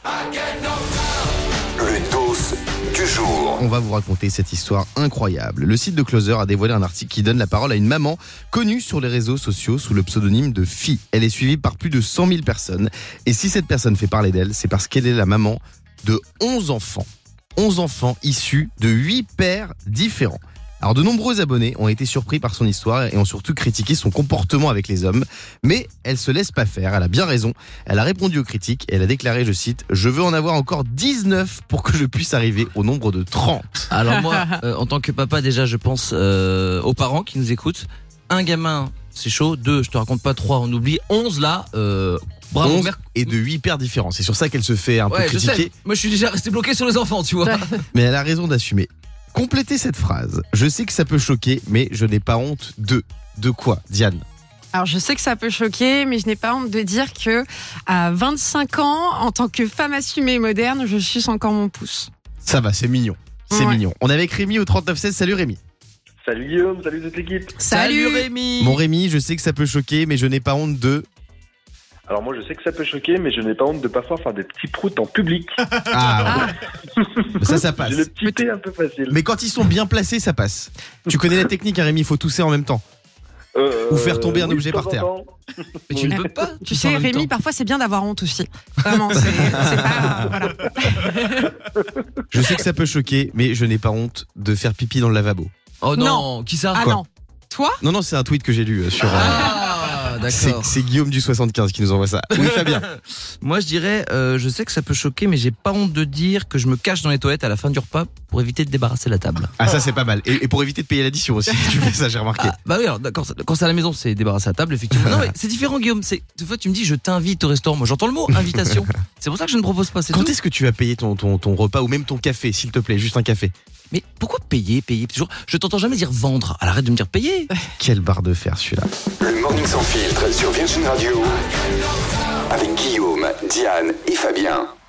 Le dos du jour. On va vous raconter cette histoire incroyable. Le site de Closer a dévoilé un article qui donne la parole à une maman connue sur les réseaux sociaux sous le pseudonyme de Fi. Elle est suivie par plus de 100 000 personnes. Et si cette personne fait parler d'elle, c'est parce qu'elle est la maman de 11 enfants. 11 enfants issus de 8 pères différents. Alors de nombreux abonnés ont été surpris par son histoire et ont surtout critiqué son comportement avec les hommes. Mais elle se laisse pas faire, elle a bien raison. Elle a répondu aux critiques et elle a déclaré, je cite, « Je veux en avoir encore 19 pour que je puisse arriver au nombre de 30 ». Alors moi, en tant que papa, déjà, je pense aux parents qui nous écoutent. Un gamin, c'est chaud. 2, je te raconte pas. 3, on oublie. 11 là, bravo. 11 et de 8 pères différents. C'est sur ça qu'elle se fait un peu Ouais, je sais. critiquer. Moi, je suis déjà resté bloqué sur les enfants, tu vois. Mais elle a raison d'assumer. Complétez cette phrase. Je sais que ça peut choquer, mais je n'ai pas honte de. De quoi, Diane ? Alors je sais que ça peut choquer, mais je n'ai pas honte de dire que à 25 ans, en tant que femme assumée et moderne, je suce encore mon pouce. Ça va, c'est mignon. C'est Ouais. mignon. On est avec Rémi au 3916. Salut Rémi. Salut Guillaume, salut toute l'équipe. Salut Rémi. Mon Rémi, je sais que ça peut choquer, mais je n'ai pas honte de. Alors moi je sais que ça peut choquer, mais je n'ai pas honte de parfois faire des petits proutes en public. Ah, ouais. Ça passe. J'ai le petit P un peu facile. Mais quand ils sont bien placés, ça passe. Tu connais la technique, hein, Rémi, il faut tousser en même temps. Ou faire tomber un oui, objet de temps par en terre. temps. Mais tu ne peux pas. Tu sais, Rémi, parfois c'est bien d'avoir honte aussi. Vraiment, c'est pas... voilà. Je sais que ça peut choquer, mais je n'ai pas honte de faire pipi dans le lavabo. Oh non, qui ça? Ah Quoi non. Toi ? Non, c'est un tweet que j'ai lu sur... Ah, d'accord. c'est Guillaume du 75 qui nous envoie ça. Oui, Fabien. Moi, je dirais, je sais que ça peut choquer, mais j'ai pas honte de dire que je me cache dans les toilettes à la fin du repas pour éviter de débarrasser la table. Ah, ça c'est pas mal. Et pour éviter de payer l'addition aussi, tu fais ça, j'ai remarqué. Ah, bah oui, alors d'accord, quand c'est à la maison, c'est débarrasser la table, effectivement. Non, mais c'est différent, Guillaume. Des fois, tu me dis, je t'invite au restaurant. Moi, j'entends le mot invitation. C'est pour ça que je ne propose pas. C'est Quand tout. est-ce que tu vas payer ton repas ou même ton café, s'il te plaît, juste un café? Mais pourquoi payer toujours. Je t'entends jamais dire vendre. Alors arrête de me dire payer. Quelle barre de fer celui-là. Le Morning Sans Filtre sur Virgin Radio avec Guillaume, Diane et Fabien.